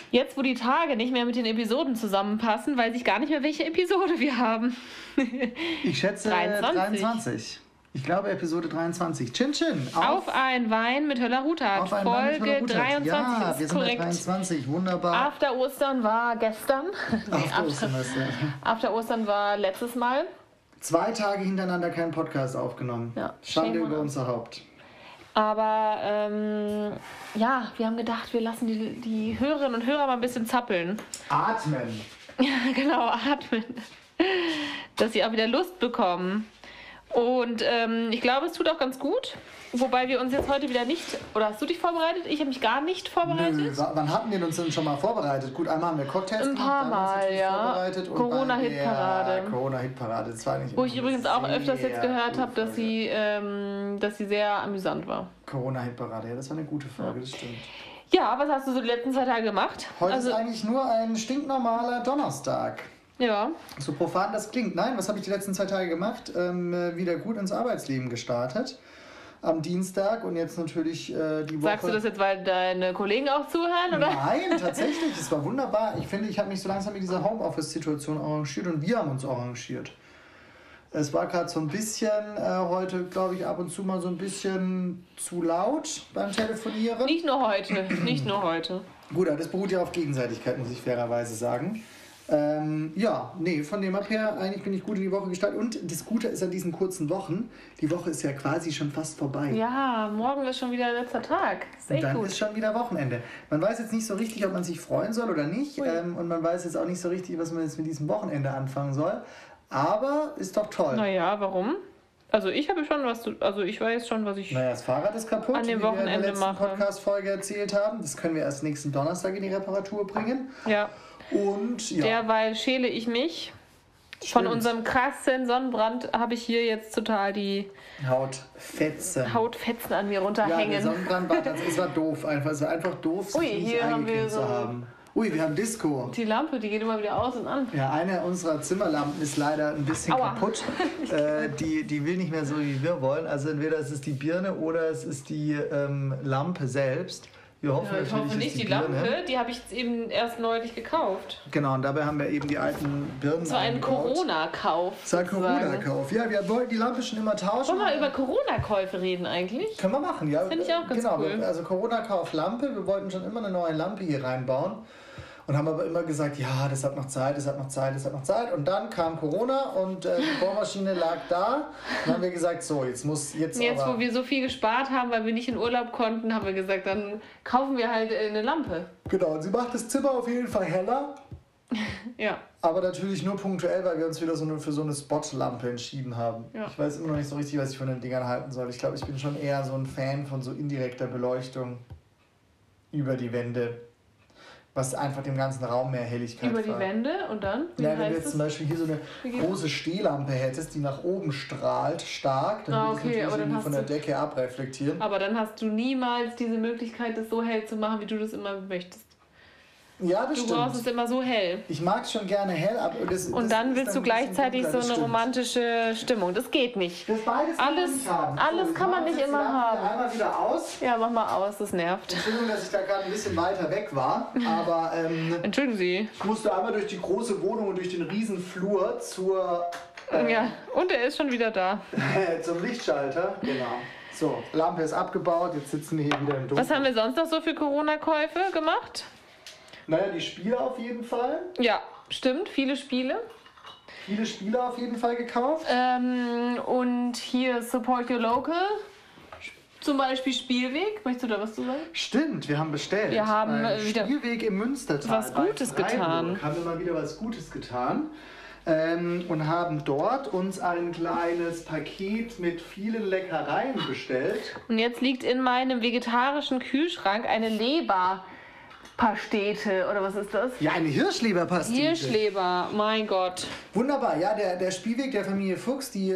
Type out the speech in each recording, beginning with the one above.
Jetzt, wo die Tage nicht mehr mit den Episoden zusammenpassen, weiß ich gar nicht mehr, welche Episode wir haben. Ich schätze 23. Ich glaube Episode 23. Chin Chin. Auf ein Wein mit Höller Ruthard. Folge 23 ja, ist wir sind korrekt. bei 23. Wunderbar. After Ostern war gestern. After Ostern war letztes Mal. 2 Tage hintereinander keinen Podcast aufgenommen. Ja, Schande über unser Haupt. Aber ja, wir haben gedacht, wir lassen die Hörerinnen und Hörer mal ein bisschen zappeln. Atmen. Ja, genau, atmen. Dass sie auch wieder Lust bekommen. Und ich glaube, es tut auch ganz gut. Wobei wir uns jetzt heute wieder nicht... Oder hast du dich vorbereitet? Ich habe mich gar nicht vorbereitet. Nö, wann hatten wir uns denn schon mal vorbereitet? Gut, einmal haben wir Cocktails gemacht. Ein paar Mal, ja. Corona-Hitparade. Ja, Corona-Hitparade. Das war nicht Wo ich übrigens auch öfters jetzt gehört habe, dass sie sehr amüsant war. Corona-Hitparade, ja, das war eine gute Folge, das stimmt. Ja, was hast du so die letzten 2 Tage gemacht? Heute ist eigentlich nur ein stinknormaler Donnerstag. Ja. So profan das klingt. Nein, was habe ich die letzten 2 Tage gemacht? Wieder gut ins Arbeitsleben gestartet. Am Dienstag und jetzt natürlich die Woche... Sagst du das jetzt, weil deine Kollegen auch zuhören, oder? Nein, tatsächlich. Es war wunderbar. Ich finde, ich habe mich so langsam mit dieser Homeoffice-Situation arrangiert und wir haben uns arrangiert. Es war gerade so ein bisschen heute, glaube ich, ab und zu mal so ein bisschen zu laut beim Telefonieren. Nicht nur heute, nicht nur heute. Gut, aber das beruht ja auf Gegenseitigkeit, muss ich fairerweise sagen. Ja, nee, von dem ab her, eigentlich bin ich gut in die Woche gestartet. Und das Gute ist an diesen kurzen Wochen, die Woche ist ja quasi schon fast vorbei. Ja, morgen ist schon wieder letzter Tag. Ist echt und dann gut. ist schon wieder Wochenende. Man weiß jetzt nicht so richtig, ob man sich freuen soll oder nicht. Und man weiß jetzt auch nicht so richtig, was man jetzt mit diesem Wochenende anfangen soll. Aber ist doch toll. Naja, warum? Also ich habe schon ich weiß schon, was ich das Fahrrad ist kaputt, an dem Wochenende wie wir in der letzten mache. Podcast-Folge erzählt haben. Das können wir erst nächsten Donnerstag in die Reparatur bringen. Ja. Und ja. Derweil schäle ich mich. Von unserem krassen Sonnenbrand habe ich hier jetzt total die Hautfetzen an mir runterhängen. Ja, der Sonnenbrand es war doof einfach. Es war einfach doof, sich nicht eingecremt zu haben. Ui, wir haben Disco. Die Lampe, die geht immer wieder aus und an. Ja, eine unserer Zimmerlampen ist leider ein bisschen kaputt. Die will nicht mehr so, wie wir wollen. Also entweder es ist die Birne oder es ist die Lampe selbst. Wir hoffen ich hoffe nicht die Lampe, die habe ich jetzt eben erst neulich gekauft. Genau, und dabei haben wir eben die alten Birnen Das war ein Corona-Kauf. Das war ein Corona-Kauf. Ja, wir wollten die Lampe schon immer tauschen. Wollen wir über Corona-Käufe reden eigentlich? Können wir machen, ja. Finde ich auch ganz cool. Also Corona-Kauf Lampe, wir wollten schon immer eine neue Lampe hier reinbauen. Und haben aber immer gesagt, ja, das hat noch Zeit. Und dann kam Corona und die Bohrmaschine lag da. Und dann haben wir gesagt, so, jetzt, wo wir so viel gespart haben, weil wir nicht in Urlaub konnten, haben wir gesagt, dann kaufen wir halt eine Lampe. Genau, und sie macht das Zimmer auf jeden Fall heller. Ja. Aber natürlich nur punktuell, weil wir uns wieder für so eine Spotlampe entschieden haben. Ja. Ich weiß immer noch nicht so richtig, was ich von den Dingern halten soll. Ich glaube, ich bin schon eher so ein Fan von so indirekter Beleuchtung über die Wände. Was einfach dem ganzen Raum mehr Helligkeit über die Wände und dann? Wenn du jetzt zum Beispiel hier so eine große Stehlampe hättest, die nach oben strahlt, stark, dann würde es natürlich von der Decke abreflektieren. Aber dann hast du niemals diese Möglichkeit, das so hell zu machen, wie du das immer möchtest. Ja, das stimmt. Du brauchst es immer so hell. Ich mag es schon gerne hell, aber und dann willst du gleichzeitig so eine romantische Stimmung. Das geht nicht. Das beides kann man nicht haben. Alles kann man nicht immer haben. Einmal wieder aus. Ja, mach mal aus, das nervt. Entschuldigung, dass ich da gerade ein bisschen weiter weg war, aber entschuldigen Sie. Ich musste einmal durch die große Wohnung und durch den riesen Flur ja, und er ist schon wieder da. zum Lichtschalter, genau. So, Lampe ist abgebaut, jetzt sitzen wir hier wieder im Dunkeln. Was haben wir sonst noch so für Corona-Käufe gemacht? Naja, die Spiele auf jeden Fall. Ja, stimmt, viele Spiele. Viele Spiele auf jeden Fall gekauft. Und hier Support Your Local. Zum Beispiel Spielweg. Möchtest du da was zu sagen? Stimmt, wir haben bestellt. Wir haben wieder Spielweg im Münstertal. Was Gutes getan. Haben wir mal wieder was Gutes getan. Und haben dort uns ein kleines Paket mit vielen Leckereien bestellt. Und jetzt liegt in meinem vegetarischen Kühlschrank eine Leberpastete, oder was ist das? Ja, eine Hirschleberpastete. Hirschleber, mein Gott. Wunderbar, ja, der Spielweg der Familie Fuchs, die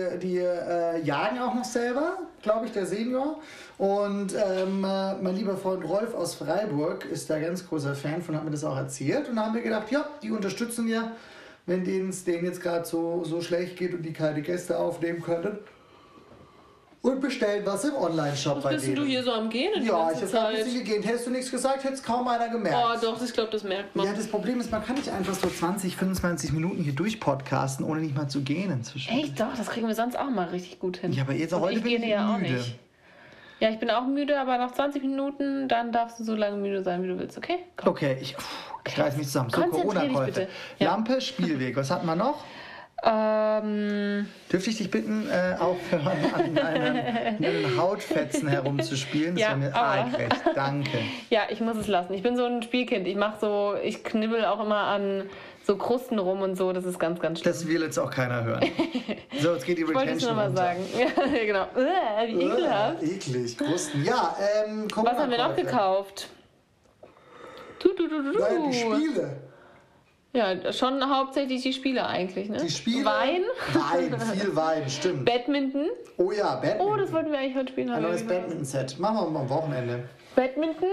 jagen auch noch selber, glaube ich, der Senior. Und mein lieber Freund Rolf aus Freiburg ist da ganz großer Fan von, hat mir das auch erzählt. Und da haben wir gedacht, ja, die unterstützen wir, wenn denen jetzt gerade so schlecht geht und die keine Gäste aufnehmen können. und bestellen was im Online-Shop bei denen. Bist du hier so am Gehen in die Ja, ganze ich habe ein Zeit? bisschen gegähnt. Hättest du nichts gesagt, hätte es kaum einer gemerkt. Oh doch, ich glaube, das merkt man. Ja, das Problem ist, man kann nicht einfach so 20, 25 Minuten hier durchpodcasten, ohne nicht mal zu gehen inzwischen. Echt doch, das kriegen wir sonst auch mal richtig gut hin. Ja, aber jetzt Und heute ich bin gehe ich ja auch müde. nicht. Ja, ich bin auch müde, aber nach 20 Minuten, dann darfst du so lange müde sein, wie du willst, okay? Komm. Okay, ich reiß mich zusammen. So, Konzentrier dich Corona-Käufe. bitte. Ja. Lampe, Spielweg. Was hatten wir noch? Dürfte ich dich bitten, aufhören, an deinen Hautfetzen herumzuspielen? Das Ja, wäre mir aber- arg recht. Danke. Ja, ich muss es lassen. Ich bin so ein Spielkind. Ich knibbel auch immer an so Krusten rum und so. Das ist ganz, ganz schlimm. Das will jetzt auch keiner hören. So, jetzt geht die Ich wollte es Retention nur mal runter. sagen. Ja, genau. Wie ekelhaft. Eklig, Krusten. Ja, Was haben wir noch Corona-Käufe. gekauft? Nein, die Spiele. Ja, schon hauptsächlich die Spiele eigentlich, ne? Die Spiele. Wein, Wein, viel Wein, stimmt. Badminton. Oh ja, Badminton. Oh, das wollten wir eigentlich heute spielen. Ein haben wir neues gemacht. Badminton-Set. Machen wir mal am Wochenende. Badminton.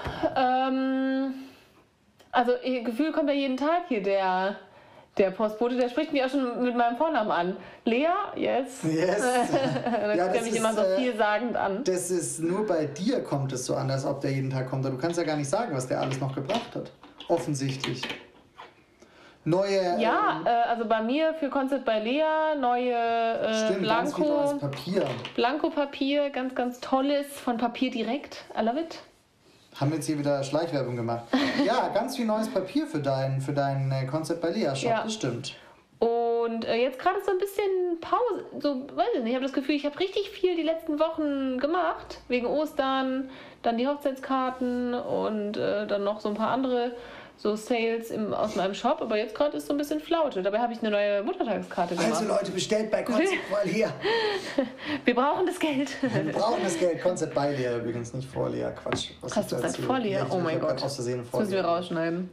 Also, Gefühl kommt ja jeden Tag hier der Postbote, der spricht mich auch schon mit meinem Vornamen an. Lea? Yes. Yes. Da Ja, guckt er das mich ist, immer so vielsagend an. Das ist nur bei dir kommt es so an, als ob der jeden Tag kommt. Du kannst ja gar nicht sagen, was der alles noch gebracht hat. Offensichtlich. Neue. Ja, also bei mir für Concert bei Lea neue Stimmt, ganz viel neues Papier. Blanko-Papier, ganz, ganz tolles von Papier direkt. I love it. Haben jetzt hier wieder Schleichwerbung gemacht. Ja, ganz viel neues Papier für dein Konzept bei Lea Shop, Ja. das stimmt. Und jetzt gerade so ein bisschen Pause. So, weiß ich nicht, ich habe das Gefühl, ich habe richtig viel die letzten Wochen gemacht. Wegen Ostern, dann die Hochzeitskarten und dann noch so ein paar andere so Sales aus meinem Shop. Aber jetzt gerade ist so ein bisschen Flaute. Dabei habe ich eine neue Muttertagskarte gemacht. Also Leute, bestellt bei Konzept bei Lea. Wir brauchen das Geld. Wir brauchen das Geld. Konzept bei Lea übrigens, nicht vor Lea. Quatsch. Was Hast ich du da gesagt erzähle. vor Lea? Ja, Oh mein ich hab Gott. grad aus Versehen Das vor müssen wir Lea. rausschneiden.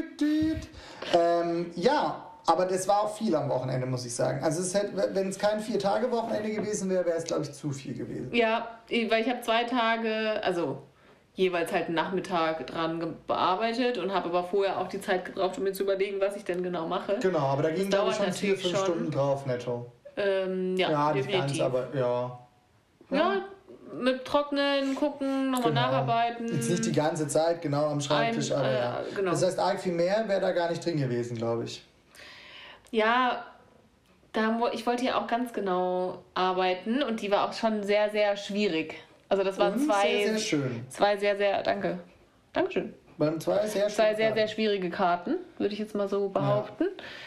Ja, aber das war auch viel am Wochenende, muss ich sagen. Also wenn es kein 4-Tage-Wochenende gewesen wäre, wäre es, glaube ich, zu viel gewesen. Ja, weil ich habe 2 Tage, also jeweils halt einen Nachmittag dran bearbeitet und habe aber vorher auch die Zeit gebraucht, um mir zu überlegen, was ich denn genau mache. Genau, aber da ging, glaube ich, dauert schon 4-5 natürlich schon. Stunden drauf netto. Ja, nicht ganz, definitiv. aber ja. Ja, mit Trocknen, gucken, nochmal Genau. nacharbeiten. Jetzt nicht die ganze Zeit genau am Schreibtisch, aber ja. genau. Das heißt, arg viel mehr wäre da gar nicht drin gewesen, glaube ich. Ja, ich wollte ja auch ganz genau arbeiten und die war auch schon sehr, sehr schwierig. Also das waren Und zwei, sehr, sehr schön. danke. Dankeschön. Beim 2 sehr schön. Zwei sehr, sehr schwierige Karten, würde ich jetzt mal so behaupten.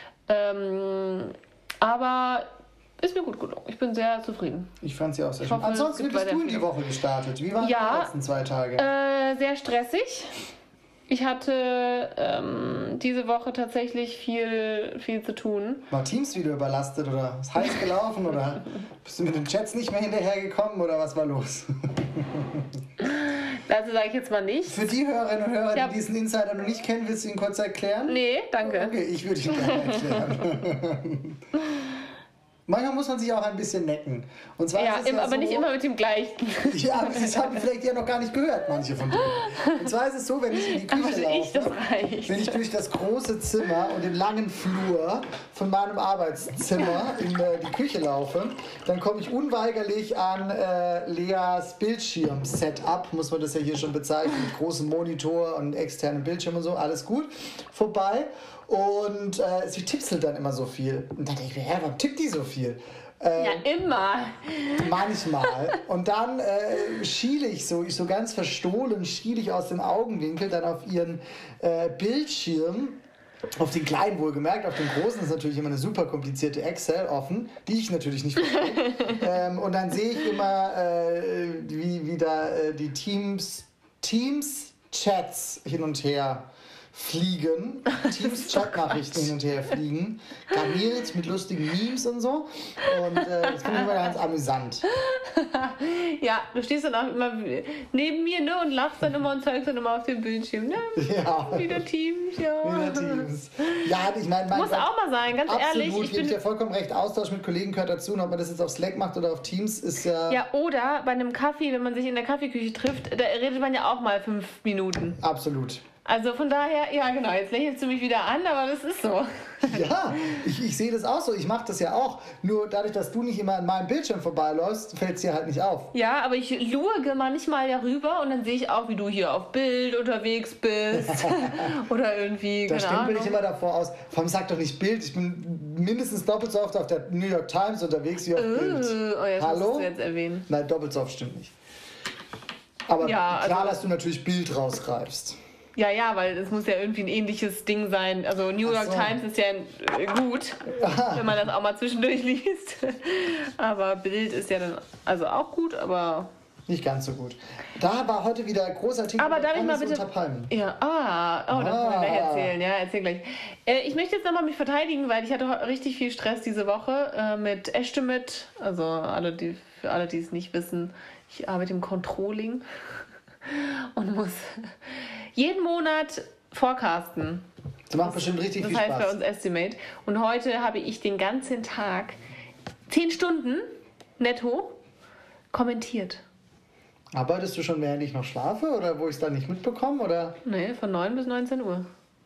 Aber ist mir gut gelungen. Ich bin sehr zufrieden. Ich fand sie auch sehr Ich schön. hoffe, es Ansonsten, wie gibt bist du in weiter die Woche gestartet? Wie waren Ja, die letzten 2 Tage? Sehr stressig. Ich hatte diese Woche tatsächlich viel zu tun. War Teams wieder überlastet oder ist heiß gelaufen oder bist du mit den Chats nicht mehr hinterhergekommen oder was war los? Dazu sage ich jetzt mal nichts. Für die Hörerinnen und Hörer, Ja. die diesen Insider noch nicht kennen, willst du ihn kurz erklären? Nee, danke. Okay, ich würde ihn gerne erklären. Manchmal muss man sich auch ein bisschen necken. Und zwar Ja, ist es ja aber so, nicht immer mit dem gleichen. Ja, aber das haben vielleicht ja noch gar nicht gehört, manche von denen. Und zwar ist es so, wenn ich in die Küche Also das laufe, reicht. wenn ich durch das große Zimmer und den langen Flur von meinem Arbeitszimmer in die Küche laufe, dann komme ich unweigerlich an Leas Bildschirm-Setup, muss man das ja hier schon bezeichnen, mit großem Monitor und externem Bildschirm und so, alles gut, vorbei. Und sie tipselt dann immer so viel. Und dann denke ich mir, warum tippt die so viel? Ja, immer. Manchmal. Und dann schiele ich so ganz verstohlen, schiele ich aus dem Augenwinkel dann auf ihren Bildschirm, auf den kleinen wohlgemerkt, auf den großen ist natürlich immer eine super komplizierte Excel offen, die ich natürlich nicht verstehe. Und dann sehe ich immer, wie da die Teams-Chats hin und her fliegen, Teams-Chat-Nachrichten hin und her fliegen, garniert mit lustigen Memes und so. Und das finde ich immer ganz amüsant. Ja, du stehst dann auch immer neben mir, ne, und lachst dann immer und zeigst dann immer auf dem Bildschirm. Ne? Ja. Wieder Teams, ja. Wieder Teams. Ja, ich meine, Muss auch mal sein, ganz ehrlich. absolut, Ich gebe ich bin, dir vollkommen recht. Austausch mit Kollegen gehört dazu. Und ob man das jetzt auf Slack macht oder auf Teams, ist ja, ja, oder bei einem Kaffee, wenn man sich in der Kaffeeküche trifft, da redet man ja auch mal 5 Minuten. absolut. Also von daher, ja genau, jetzt lächelst du mich wieder an, aber das ist so. Ja, ich sehe das auch so. Ich mache das ja auch. Nur dadurch, dass du nicht immer an meinem Bildschirm vorbeiläufst, fällt es dir halt nicht auf. Ja, aber ich lurge manchmal ja rüber und dann sehe ich auch, wie du hier auf Bild unterwegs bist. Oder irgendwie, Da keine stempel ich Ahnung. immer davor aus. Vor allem sag doch nicht Bild. Ich bin mindestens doppelt so oft auf der New York Times unterwegs wie auf Bild. Oh, jetzt musst Hallo? du jetzt erwähnen. Nein, doppelt so oft stimmt nicht. Aber Ja, klar, also- dass du natürlich Bild rausgreifst. Ja, ja, weil es muss ja irgendwie ein ähnliches Ding sein. Also New York Ach so. Times ist ja gut, wenn man das auch mal zwischendurch liest. Aber Bild ist ja dann also auch gut, aber... Nicht ganz so gut. Da war heute wieder großer Artikel Aber über darf ich mal Pommes bitte... unter Palmen. Ja, das können wir gleich erzählen. Ja, erzähl gleich. Ich möchte jetzt nochmal mich verteidigen, weil ich hatte richtig viel Stress diese Woche mit Estimate. Also für alle, die es nicht wissen, ich arbeite im Controlling und muss jeden Monat forecasten. Das macht bestimmt richtig Das viel heißt bei Spaß. uns Estimate. Und heute habe ich den ganzen Tag 10 Stunden netto kommentiert. Arbeitest du schon, während ich noch schlafe oder wo ich es dann nicht mitbekomme? Oder? Nee, von 9 bis 19 Uhr.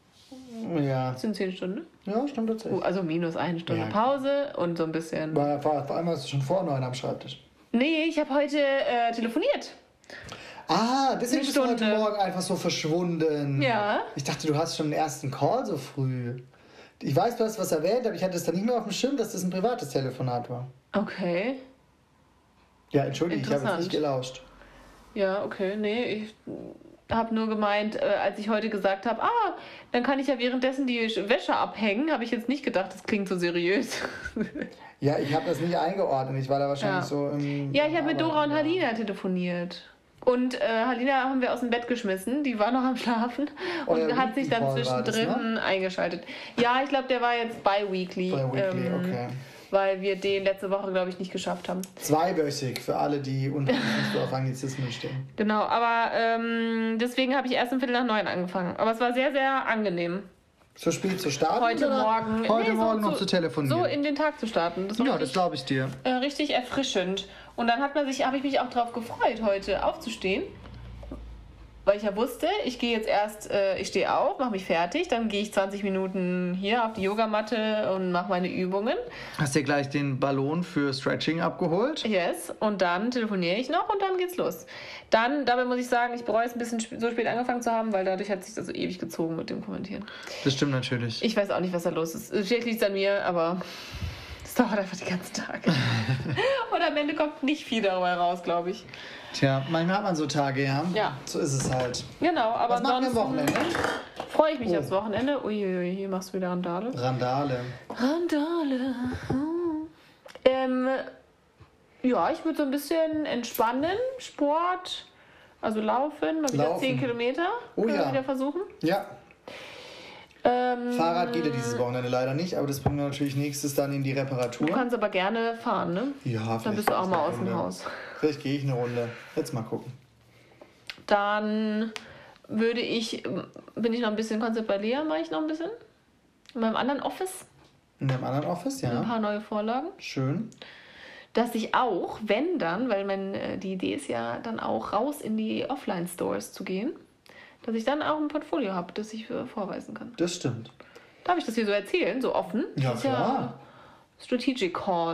Ja, Das sind 10 Stunden. ja, stimmt tatsächlich. Also minus 1 Stunde Ja. Pause und so ein bisschen. Vor allem warst du schon vor 9 am Schreibtisch. Nee, ich habe heute telefoniert. Ah, deswegen Eine bist du heute Stunde. Morgen einfach so verschwunden. Ja. Ich dachte, du hast schon den ersten Call so früh. Ich weiß, du hast was erwähnt, aber ich hatte es dann nicht mehr auf dem Schirm, dass das ein privates Telefonat war. Okay. Ja, entschuldige, ich habe jetzt Interessant. nicht gelauscht. Ja, okay. Nee, ich habe nur gemeint, als ich heute gesagt habe, dann kann ich ja währenddessen die Wäsche abhängen, habe ich jetzt nicht gedacht, das klingt so seriös. Ja, ich habe das nicht eingeordnet. Ich war da wahrscheinlich Ja. so im... Ja, ich habe mit Dora und Arbeiten, ja. Halina telefoniert. Und Halina haben wir aus dem Bett geschmissen, die war noch am Schlafen und Euer hat sich dann Weekly Call war das, zwischendrin eingeschaltet. Ja, ich glaube, der war jetzt bi-weekly. Bei Weekly, okay. Weil wir den letzte Woche, glaube ich, nicht geschafft haben. Zweiwöchig für alle, die unter nicht so auf Anglizismen stehen. Genau, aber deswegen habe ich erst um 8:45 angefangen. Aber es war sehr, sehr angenehm. Zu spät zu starten? Heute oder Morgen. Heute Nee, so Morgen noch zu telefonieren. So in den Tag zu starten. Das war ja, das richtig, glaube ich dir. richtig erfrischend. Und dann habe ich mich auch darauf gefreut, heute aufzustehen. Weil ich ja wusste, ich gehe jetzt erst, ich stehe auf, mache mich fertig, dann gehe ich 20 Minuten hier auf die Yogamatte und mache meine Übungen. Hast dir gleich den Ballon für Stretching abgeholt? Yes, und dann telefoniere ich noch und dann geht's los. Dabei muss ich sagen, ich bereue es ein bisschen so spät angefangen zu haben, weil dadurch hat sich das so ewig gezogen mit dem Kommentieren. Das stimmt natürlich. Ich weiß auch nicht, was da los ist. Vielleicht liegt es an mir, aber es dauert einfach die ganzen Tage. Und am Ende kommt nicht viel darüber raus, glaube ich. Tja, manchmal hat man so Tage, ja. Ja. So ist es halt. Genau, aber Was machen wir am ansonsten Wochenende? freue ich mich Oh. aufs Wochenende. Uiuiui, hier machst du wieder Randale. Randale. Randale. Ja, ich würde so ein bisschen entspannen, Sport, also laufen, mal wieder Laufen. 10 Kilometer. Oh Können wir ja. wieder versuchen. Ja, Fahrrad geht ja dieses Wochenende leider nicht, aber das bringen wir natürlich nächstes dann in die Reparatur. Du kannst aber gerne fahren, ne? Ja, vielleicht Dann bist du auch gehe mal ich aus eine dem Runde. Haus. Vielleicht gehe ich eine Runde. Jetzt mal gucken. Dann bin ich noch ein bisschen, Konzept bei Lea mache ich noch ein bisschen. In meinem anderen Office, In dem anderen Office, ein ja. paar neue Vorlagen. Schön. Dass ich auch, wenn dann, weil die Idee ist ja dann auch raus in die Offline-Stores zu gehen, dass ich dann auch ein Portfolio habe, das ich vorweisen kann. Das stimmt. Darf ich das hier so erzählen, so offen? Ja, Das ist klar. Strategic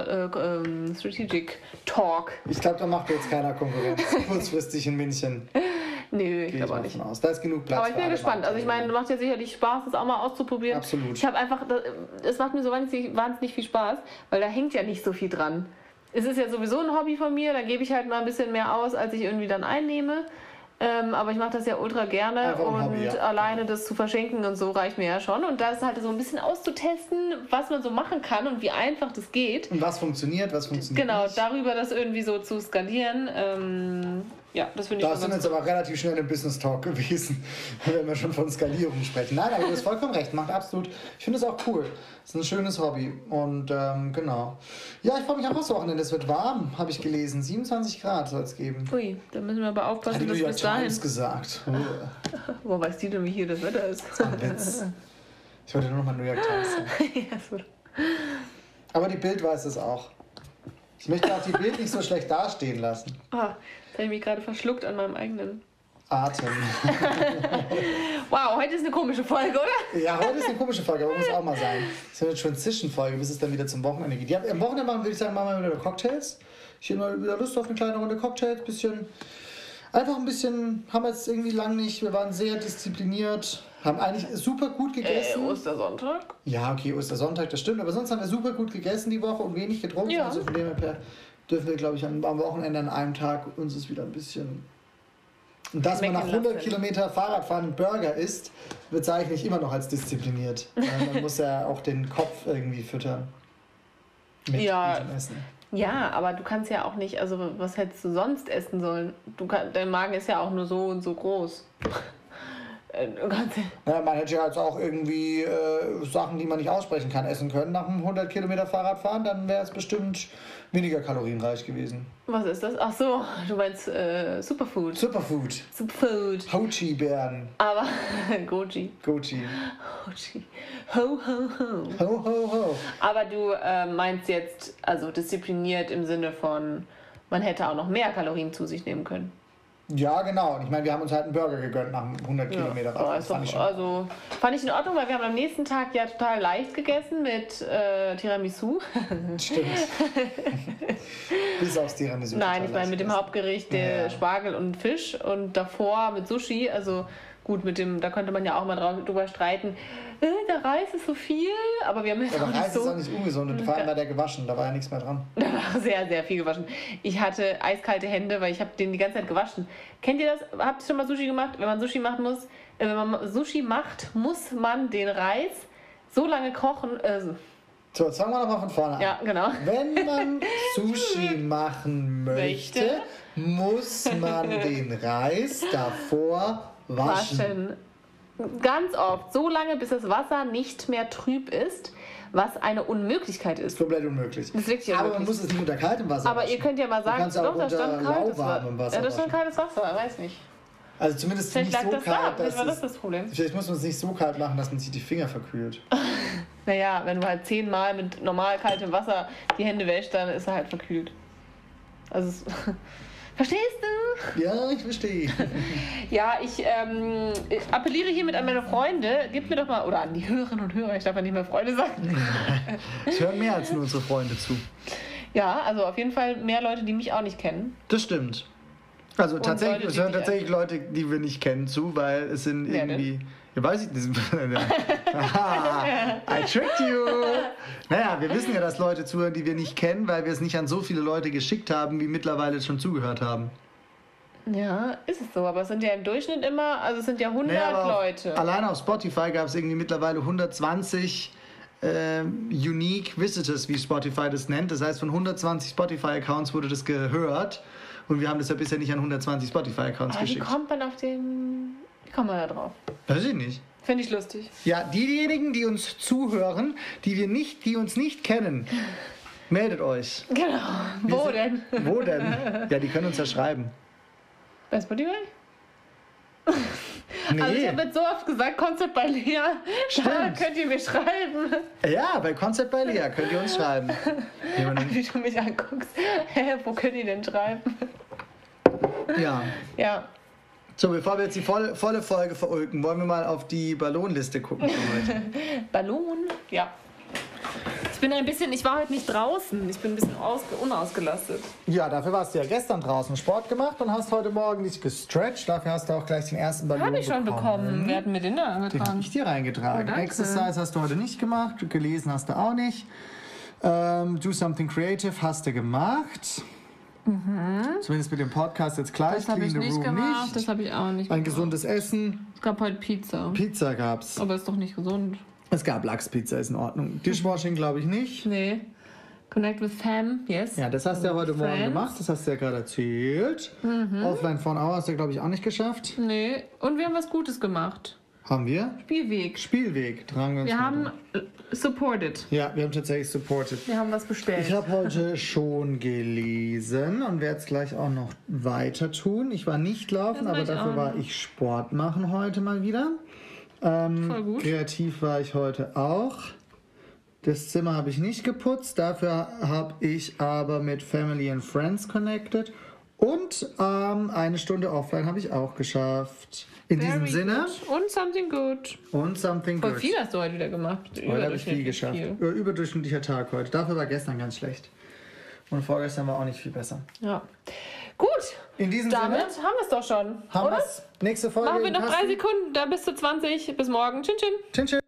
Talk. Ich glaube, da macht jetzt keiner Konkurrenz. Kurzfristig in München. Nö, ich Gehe ich glaube auch mal nicht. davon aus. Da ist genug Platz. Aber ich für bin alle gespannt. Also ich meine, macht ja sicherlich Spaß, das auch mal auszuprobieren. Absolut. Ich habe einfach, es macht mir so wahnsinnig viel Spaß, weil da hängt ja nicht so viel dran. Es ist ja sowieso ein Hobby von mir, da gebe ich halt mal ein bisschen mehr aus, als ich irgendwie dann einnehme. Aber ich mache das ja ultra gerne Einfach ein und Hobby, ja. alleine das zu verschenken und so reicht mir ja schon. Und da ist halt so ein bisschen auszutesten, was man so machen kann und wie einfach das geht. Und was funktioniert Genau, nicht. darüber das irgendwie so zu skalieren. Ja, das finde ich Da schon sind wir ganz jetzt aber relativ schnell im Business Talk gewesen, wenn wir schon von Skalierung sprechen. Nein, aber du hast vollkommen recht, macht absolut. Ich finde es auch cool. Es ist ein schönes Hobby. Und genau. Ja, ich freue mich auch aufs Wochenende. Es wird warm, habe ich gelesen. 27 Grad soll es geben. Ui, da müssen wir aber Hat aufpassen, die dass New York bis dahin. Times gesagt. Wo weiß die denn, wie hier das Wetter ist? Ein Witz. Ich wollte nur noch mal New York Times sagen. Ja, so. Aber die Bild weiß es auch. Ich möchte auch die Bild nicht so schlecht dastehen lassen. Ah, jetzt habe ich mich gerade verschluckt an meinem eigenen Atem. Wow, heute ist eine komische Folge, oder? Ja, heute ist eine komische Folge, aber muss auch mal sein. Das ist ja eine Transition-Folge, bis es dann wieder zum Wochenende geht. Ja, am Wochenende würde ich sagen, machen wir wieder Cocktails. Ich habe mal wieder Lust auf eine kleine Runde Cocktails, einfach ein bisschen, haben wir jetzt irgendwie lang nicht, wir waren sehr diszipliniert, haben eigentlich super gut gegessen. Ostersonntag? Ja, okay, Ostersonntag, das stimmt, aber sonst haben wir super gut gegessen die Woche und wenig getrunken. Ja. Also von dem her dürfen wir, glaube ich, am Wochenende an einem Tag uns es wieder ein bisschen... Und dass man nach 100 Kilometer Fahrradfahren Burger isst, bezeichne ich immer noch als diszipliniert. Man muss ja auch den Kopf irgendwie füttern. Mit gutem Essen. Ja, aber du kannst ja auch nicht, also was hättest du sonst essen sollen? Dein Magen ist ja auch nur so und so groß. Ja, man hätte ja jetzt auch irgendwie Sachen, die man nicht aussprechen kann, essen können nach einem 100 Kilometer Fahrradfahren, dann wäre es bestimmt weniger kalorienreich gewesen. Was ist das? Ach so, du meinst Superfood. Superfood. Superfood. Hochi-Bären. Aber Goji. Goji. Hochi. Ho, ho, ho. Ho, ho, ho. Aber du meinst jetzt, also diszipliniert im Sinne von, man hätte auch noch mehr Kalorien zu sich nehmen können. Ja, genau. Und ich meine, wir haben uns halt einen Burger gegönnt nach 100 Kilometer Radfahren. Fand ich in Ordnung, weil wir haben am nächsten Tag ja total leicht gegessen mit Tiramisu. Stimmt. Bis aufs Tiramisu. Nein, ich meine mit dem Hauptgericht der Spargel und Fisch und davor mit Sushi. Also gut, da könnte man ja auch mal drüber streiten. Der Reis ist so viel, aber wir haben jetzt aber auch nicht Reis so... ist auch nicht ungesund und vor allem war der gewaschen, da war ja nichts mehr dran. Da war sehr, sehr viel gewaschen. Ich hatte eiskalte Hände, weil ich habe den die ganze Zeit gewaschen. Kennt ihr das? Habt ihr schon mal Sushi gemacht? Wenn man Sushi machen muss, muss man den Reis so lange kochen... So, jetzt fangen wir nochmal von vorne an. Ja, genau. Wenn man Sushi machen möchte, muss man den Reis davor waschen. Ganz oft. So lange, bis das Wasser nicht mehr trüb ist, was eine Unmöglichkeit ist. Komplett unmöglich. Das ist wirklich aber unmöglich. man muss es nicht unter kaltem Wasser aber waschen. Ihr könnt ja mal sagen, doch, da stand kaltes lauwarmem Wasser. Ja, da stand kaltes Wasser, weiß nicht. Also zumindest Vielleicht nicht lag so das kalt, da. Vielleicht war das dass das Problem. vielleicht muss man es nicht so kalt machen, dass man sich die Finger verkühlt. Naja, wenn du halt 10-mal mit normal kaltem Wasser die Hände wäschst, dann ist er halt verkühlt. Also, verstehst du? Ja, ich verstehe. Ja, ich appelliere hiermit an meine Freunde, gebt mir doch mal, oder an die Hörerinnen und Hörer, ich darf ja nicht mehr Freunde sagen. Es hören mehr als nur unsere Freunde zu. Ja, also auf jeden Fall mehr Leute, die mich auch nicht kennen. Das stimmt. Also tatsächlich, Leute, es hören tatsächlich Leute, die wir nicht kennen, zu, weil es sind irgendwie... Ja, weiß ich nicht. I tricked you. Naja, wir wissen ja, dass Leute zuhören, die wir nicht kennen, weil wir es nicht an so viele Leute geschickt haben, wie mittlerweile schon zugehört haben. Ja, ist es so, aber es sind ja im Durchschnitt immer, also es sind ja 100 Leute. Allein auf Spotify gab es irgendwie mittlerweile 120 Unique Visitors, wie Spotify das nennt. Das heißt, von 120 Spotify-Accounts wurde das gehört und wir haben das ja bisher nicht an 120 Spotify-Accounts geschickt. Wie kommt man da drauf? Weiß ich nicht. Finde ich lustig. Ja, diejenigen, die uns zuhören, die uns nicht kennen, meldet euch. Genau. Wo denn? Wo denn? Ja, die können uns ja schreiben. Bei Spotify? Nee. Also ich habe jetzt so oft gesagt, Konzept bei Lea, da könnt ihr mir schreiben. Ja, bei Konzept bei Lea könnt ihr uns schreiben. Wie du mich anguckst. Wo könnt ihr denn schreiben? Ja. Ja. So, bevor wir jetzt die volle Folge verulken, wollen wir mal auf die Ballonliste gucken für heute. Ballon? Ja. Ich war heute nicht draußen. Ich bin ein bisschen unausgelastet. Ja, dafür warst du ja gestern draußen Sport gemacht und hast heute Morgen dich gestretcht. Dafür hast du auch gleich den ersten Ballon bekommen. Habe ich schon bekommen. Wer hat mir den da angetragen? Den habe ich dir reingetragen. Oh, Exercise hast du heute nicht gemacht. Gelesen hast du auch nicht. Do Something Creative hast du gemacht. Zumindest mit dem Podcast jetzt gleich. Das habe ich nicht gemacht. Das habe ich auch nicht gemacht. Ein gesundes Essen. Es gab heute Pizza. Pizza gab's. Aber ist doch nicht gesund. Es gab Lachspizza, ist in Ordnung. Dishwashing glaube ich nicht. Nee. Connect with Fam, yes. Ja, das hast du ja heute Morgen gemacht. Das hast du ja gerade erzählt. Offline for an Hour hast du glaube ich auch nicht geschafft. Nee. Und wir haben was Gutes gemacht. Haben wir? Spielweg. Tragen wir uns Wir haben supported. Ja, wir haben tatsächlich supported. Wir haben was bestellt. Ich habe heute schon gelesen und werde es gleich auch noch weiter tun. Ich war nicht laufen, aber dafür war ich Sport machen heute mal wieder. Voll gut. Kreativ war ich heute auch. Das Zimmer habe ich nicht geputzt, dafür habe ich aber mit Family and Friends connected Und eine Stunde offline habe ich auch geschafft. In diesem Sinne. Good. Und something good. Und something Voll good. viel hast du heute wieder gemacht. Heute habe ich viel geschafft. Überdurchschnittlicher Tag heute. Dafür war gestern ganz schlecht. Und vorgestern war auch nicht viel besser. Ja. Gut. In diesem Damit Sinne. haben wir es doch schon. Haben oder? wir's. Nächste Folge. Machen wir noch 3 Sekunden, dann bis zu 20. Bis morgen. Tschüss, tschüss. Tschüss.